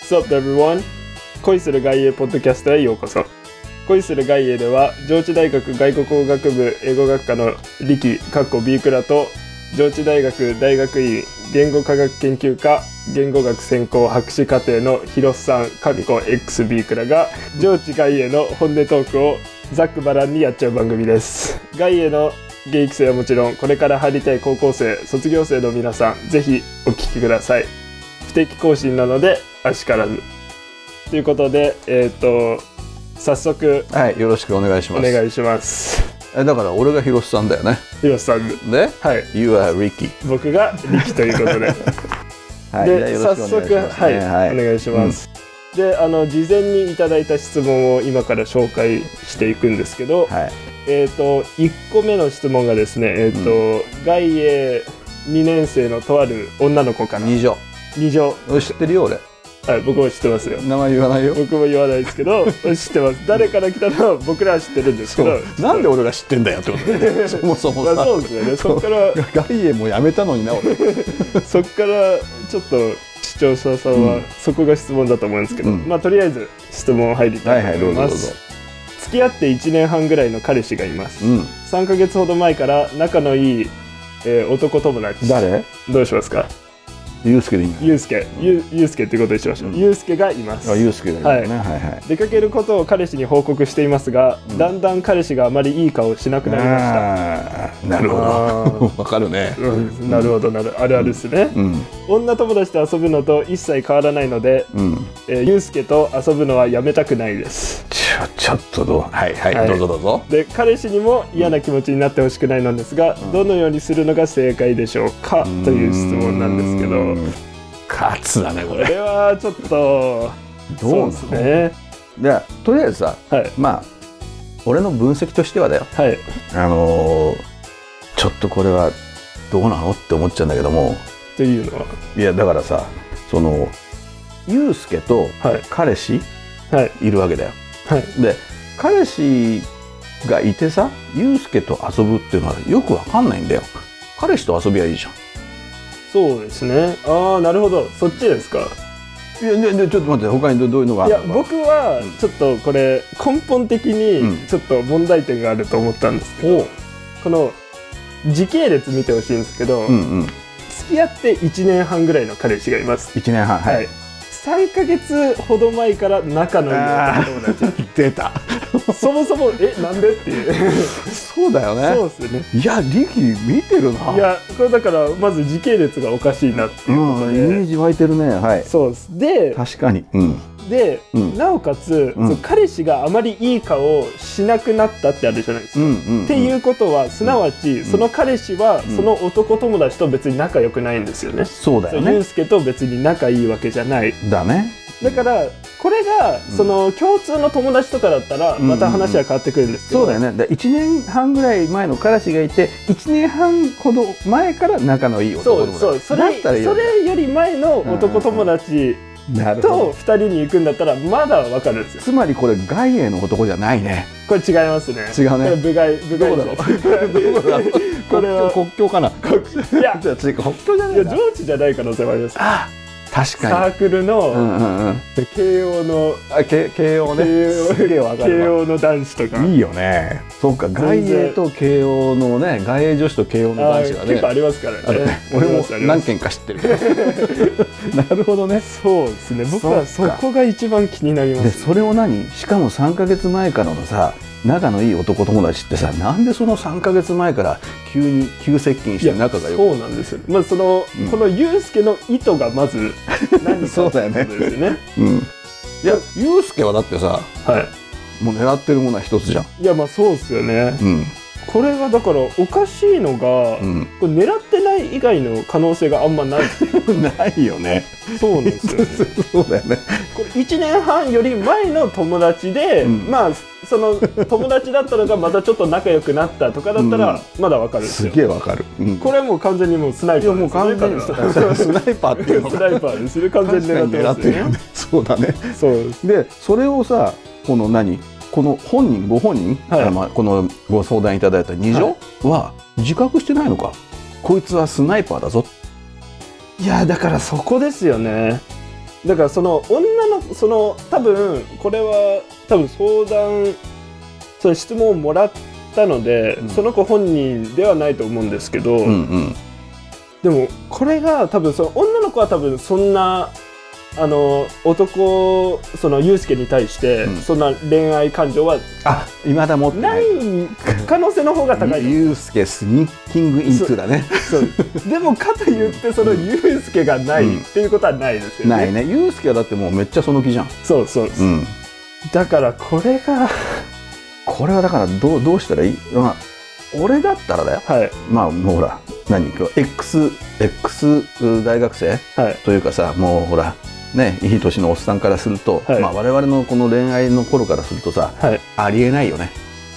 What's up everyone? 恋する外英ポッドキャストへようこそ。恋する外英では上智大学外国語学部英語学科の力B クラと上智大学大学院言語科学研究科言語学専攻博士課程の広瀬さんXB クラが上智外英の本音トークをざっくばらんにやっちゃう番組です。外英の現役生はもちろんこれから入りたい高校生卒業生の皆さんぜひお聞きください。不定期更新なのであしからずということで早速、 はい、よろしくお願いします。 お願いします。 だから俺が広瀬さんだよね。 広瀬さんで、 はい、 You are Ricky。 僕が力ということではい、 で早速、 はい、 お願いします。で事前にいただいた質問を今から紹介していくんですけど、 はい、 1個目の質問がですね、外英2年生のとある女の子から二女知ってるよ俺。 はい、僕も知ってますよ。 名前言わないよ。 僕も言わないですけど知ってます。誰から来たのは僕らは知ってるんですけどなんで俺が知ってんだよってことでそもそもさ、 まあ、そうですよね。そっから外英もやめたのにな俺そっからちょっと視聴者さんはそこが質問だと思うんですけど、まあとりあえず質問入りたいと思います。 どうぞ。 付き合って1年半ぐらいの彼氏がいます、3ヶ月ほど前から仲のいい、男友達。 誰？ どうしますか？ ユースケでいいんだ。 ユースケってことにしましょう。ユースケがいます。 ユースケがいいね。はいはい。 出かけることを彼氏に報告していますが、だんだん彼氏があまりいい顔しなくなりました。 なるほど。わかるね。 なるほどあるあるですね。女友達と遊ぶのと一切変わらないので、ユースケと遊ぶのはやめたくないです。 ちょっとどうぞ。で彼氏にも嫌な気持ちになってほしくないのですが、どのようにするのが正解でしょうか、という質問なんですけど。 カツだねこれ。 これはちょっとどうですね。ではとりあえずさ、まあ俺の分析としてはだよ、ちょっとこれはどうなのって思っちゃうんだけども。 というのは、 いやだからさ、そのユースケと彼氏いるわけだよ。で彼氏がいてさ、ユースケと遊ぶっていうのはよくわかんないんだよ。彼氏と遊びはいいじゃん。 そうですね。ああ、なるほど。そっちですか。 いやちょっと待って、他にどういうのがあるのか。 いや僕はちょっとこれ根本的にちょっと問題点があると思ったんですけど、この時系列見てほしいんですけど、付き合って1年半ぐらいの彼氏がいます。 1年半、はい。 3ヶ月ほど前から仲のいい男友達出たそもそもなんでっていうそうだよね。 そうですね。 いや力見てるな。 いやこれだからまず時系列がおかしいなっていうことで、 イメージ湧いてるね。はい、 そうです。で確かに、 で、なおかつ、彼氏があまりいい顔をしなくなったってあるじゃないですか。っていうことはすなわち、その彼氏はその男友達と別に仲良くないんですよね。 そうだよね。 ユースケと別に仲いいわけじゃないだね。 だからこれがその共通の友達とかだったらまた話は変わってくるんですけど、 そうだよね。で1年半ぐらい前の彼氏がいて1年半ほど前から仲のいい男友達。 それより前の男友達と2人に行くんだったらまだ分かるんですよ。 つまりこれ外英の男じゃないね。 これ違いますね。 違うね。 これ部外どこだろうこれは国境かな。いや国境じゃない。 いや上智じゃない可能性もあります。 確かにサークルの慶応の慶応ね。 慶応の男子とかいいよね。そうか、外英と慶応のね、外英女子と慶応の男子がね結構ありますからね。 俺も何件か知ってるなるほどね。 そうですね。僕はそこが一番気になります。 でそれをしかも3ヶ月前からのさ仲のいい男友達ってさ、なんでその3ヶ月前から急接近して仲が良く。 そうなんですよ。まずこのユースケの意図がまず何かそうだよね。いやユースケはだってさ、もう狙ってるものは一つじゃん。 いやまあそうですよね。これがだからおかしいのが、これ狙ってない以外の可能性があんまないないよね。 そうなんですよね。 そうだよね。 これ1年半より前の友達で、まあその友達だったのがまたちょっと仲良くなったとかだったらまだわかるんですよ。 すげえわかる。 これはもう完全にもうスナイパーですね。 もう完全にスナイパーっていうのがスナイパーですね。完全に狙ってますよね。 そうだね。 そうです。 でそれをさ、このご本人、このご相談いただいた二女は自覚してないのか。こいつはスナイパーだぞ。 いやだからそこですよね。 だからその女のその多分これは多分相談その質問をもらったので、その子本人ではないと思うんですけど、でもこれが多分その女の子は多分そんな男そのユースケに対してそんな恋愛感情は未だ持ってない可能性の方が高い。 ユースケスニッキングイントゥだね。 そうでもかといってそのユースケがないっていうことはないですよね。 ないね。ユースケはだってもうめっちゃその気じゃん。 そうです、だからこれはだからどうしたらいい、俺だったらだよ、まあもうほらX 大学生、というかさ、もうほらね、いい年のおっさんからすると、我々のこの恋愛の頃からするとさ、ありえないよね。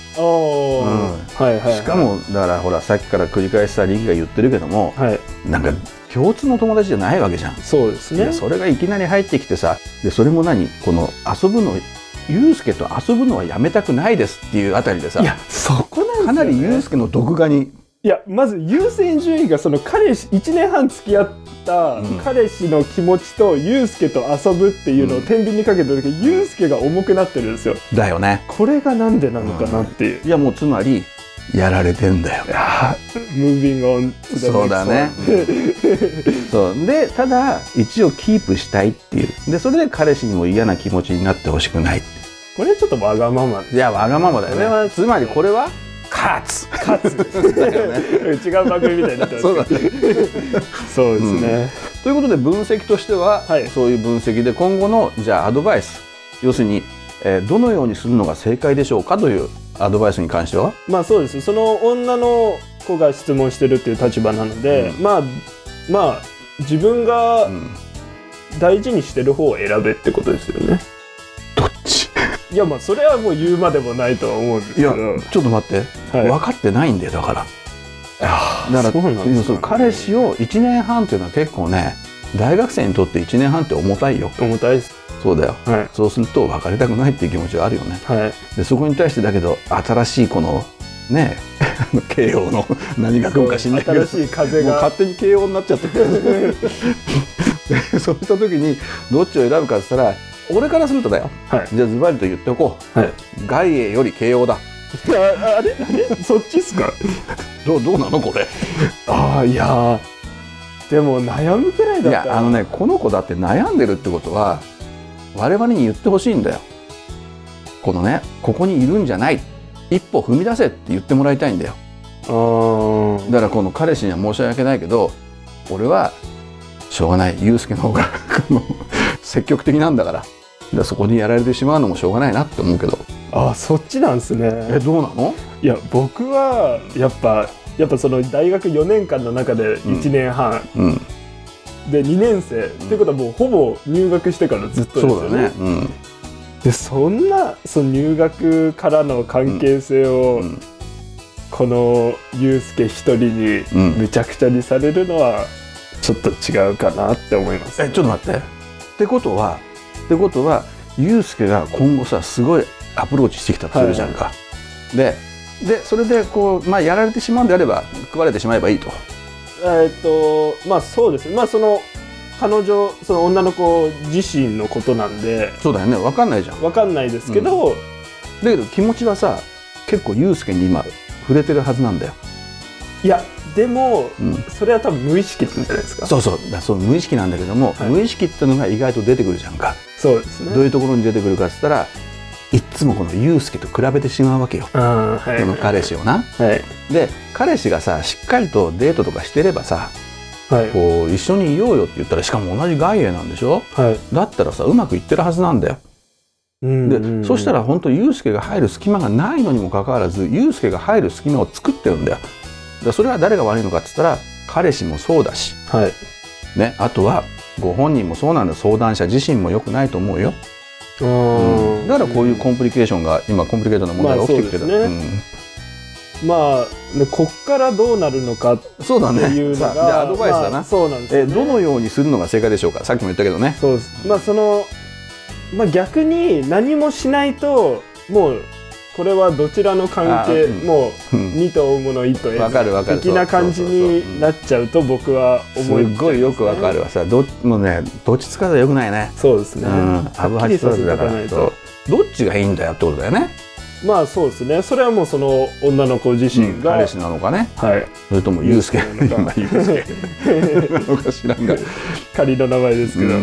しかもだからほらさっきから繰り返しさリキが言ってるけども、なんか共通の友達じゃないわけじゃん。 そうですね。 それがいきなり入ってきてさ、でそれもこの遊ぶのユースケと遊ぶのはやめたくないですっていうあたりでさ、 いやそこなんですよね。 かなりユースケの毒牙に、 いやまず優先順位がその彼氏1年半付き合った彼氏の気持ちとユースケと遊ぶっていうのを天秤にかけた時、ユースケが重くなってるんですよ。 だよね。 これがなんでなのかなっていう、 いやもうつまりやられてんだよ。 ムービングオン。 そうだね。そうでただ一応キープしたいっていうで、それで彼氏にも嫌な気持ちになってほしくない。 これちょっとわがまま。 いやわがままだよね。つまりこれは勝つだよね。 違う番組みたいになってます。そうだね。そうですね。 ということで分析としては、そういう分析で今後のじゃあアドバイス、要するに、どのようにするのが正解でしょうかというアドバイスに関しては、 まあそうです。その女の子が質問してるっていう立場なので、まあ自分が大事にしてる方を選べってことですよね。 どっち？ いやまあそれはもう言うまでもないとは思うんですけど。 いやちょっと待って、分かってないんだよ。だからその彼氏を1年半っていうのは結構ね、大学生にとって1年半って重たいよ。 重たいです。 そうだよ、そうすると別れたくないっていう気持ちはあるよね。でそこに対してだけど新しいこのね慶応の何学部か知んないけど、 新しい風がもう勝手に慶応になっちゃってるそういった時にどっちを選ぶかって言ったら、俺からするとだよ、じゃあズバリと言っておこう、外栄より慶応だ。 あれそっちっすかどうなのこれいやでも悩むくらいだったら、 いやこの子だって悩んでるってことは我々に言ってほしいんだよ。このね、ここにいるんじゃない、一歩踏み出せって言ってもらいたいんだよ。だからこの彼氏には申し訳ないけど、俺はしょうがない、ユースケの方が積極的なんだから、そこにやられてしまうのもしょうがないなって思うけど。 そっちなんですね。 どうなの？ いや僕はやっぱその大学4年間の中で1年半、で2年生ってことはもうほぼ入学してからずっとですよね。そうだね。でそんな入学からの関係性を、このユースケ一人にむちゃくちゃにされるのはちょっと違うかなって思います、 ちょっと待って。ってことはユースケが今後さすごいアプローチしてきたとするじゃんか。でそれでこう、やられてしまうんであれば食われてしまえばいいと。 そうですね。その彼女、その女の子自身のことなんで。 そうだよね。分かんないじゃん。 分かんないですけど、だけど気持ちはさ結構ユースケに今触れてるはずなんだよ。 いやでも、それは多分無意識なんじゃないですか。 そう無意識なんだけども、無意識ってのが意外と出てくるじゃんか。 そうですね。 どういうところに出てくるかっつったら、いっつもこのユースケと比べてしまうわけよ、この彼氏をな。で彼氏がさしっかりとデートとかしてればさ、こう一緒にいようよって言ったら、しかも同じ外栄なんでしょ、だったらさうまくいってるはずなんだよ。でそしたら本当ユースケが入る隙間がないのにもかかわらず、ユースケが入る隙間を作ってるんだよ。それは誰が悪いのかっつったら、彼氏もそうだし、あとはご本人もそうなんだ。相談者自身も良くないと思うよ。だからこういうコンプリケーションが今コンプリケートな問題が起きてきてる。 こっからどうなるのかっていうのが、 じゃあアドバイスだな。 そうなんですよね。 どのようにするのが正解でしょうか。さっきも言ったけどね。 そうです。逆に何もしないともうこれはどちらの関係、もう2と追うもの1と得ず的な感じになっちゃうと僕は思い、 すごいよくわかるわさ。もうね、どっちつかずはよくないね。 そうですね、 アブハチつかずだから、どっちがいいんだよってことだよね。 まあそうですね。それはもうその女の子自身が、 彼氏なのかね、 はい、 それともユウスケなのか、ユウスケなのか知らんが仮の名前ですけど、はい。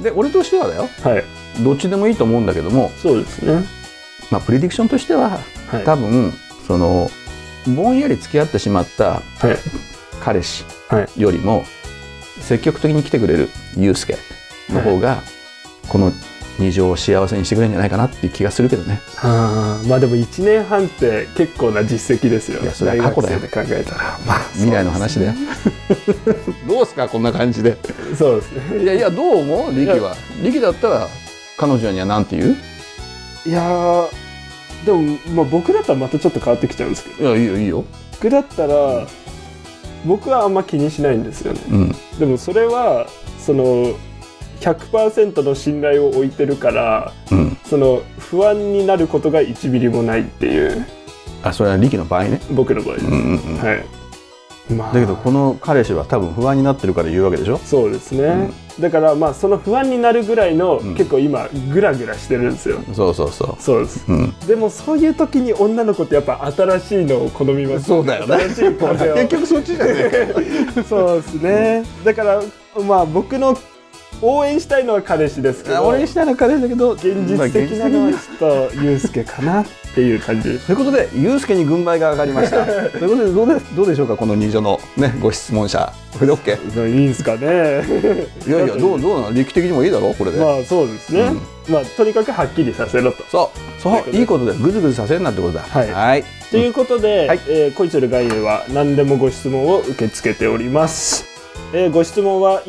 で俺としてはだよ、はい、どっちでもいいと思うんだけども、 そうですね。 まあプレディクションとしては、多分そのぼんやり付き合ってしまった彼氏よりも積極的に来てくれるユウスケの方がこの二乗を幸せにしてくれるんじゃないかなっていう気がするけどね。 まあでも1年半って結構な実績ですよね。 それは過去だよ。 大学生で考えたら、 まあ未来の話だよ。どうすかこんな感じで。 そうですね。 いやどう思う？リキは。リキだったら彼女には何て言う？ いやでも、まあ、僕だったらまたちょっと変わってきちゃうんですけど。 いやいいよいいよ。 僕だったら、僕はあんま気にしないんですよね。でもそれはその100% の信頼を置いてるから、その不安になることが1ミリもないっていう。 それはリキの場合ね。 僕の場合です。はい。 だけどこの彼氏は多分不安になってるから言うわけでしょ。 そうですね、だからまあその不安になるぐらいの、結構今グラグラしてるんですよ。そうです、でもそういう時に女の子ってやっぱ新しいのを好みます。 そうだよね。 新しい風を結局そっちじゃねえか。そうですね。だからまあ僕の応援したいのは彼氏ですけど、 応援したいのは彼氏だけど、 現実的なのはちょっとユウスケかなっていう感じ。 ということでユウスケに軍配が上がりました。ということでどうでしょうかこの二女のねご質問者。これで OK？ いいんですかね。 いやどうなの？力的にもいいだろこれで。 まあそうですね。まあとにかくはっきりさせろと。 そういいことでグズグズさせるなってことだ。はい。 ということで、恋する外遊は何でもご質問を受け付けております。ご質問は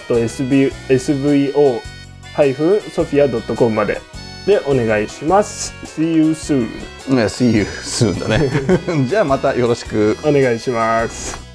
info@svo-sophia.com までお願いします。See you soon. See you soon だね。じゃあまたよろしくお願いします。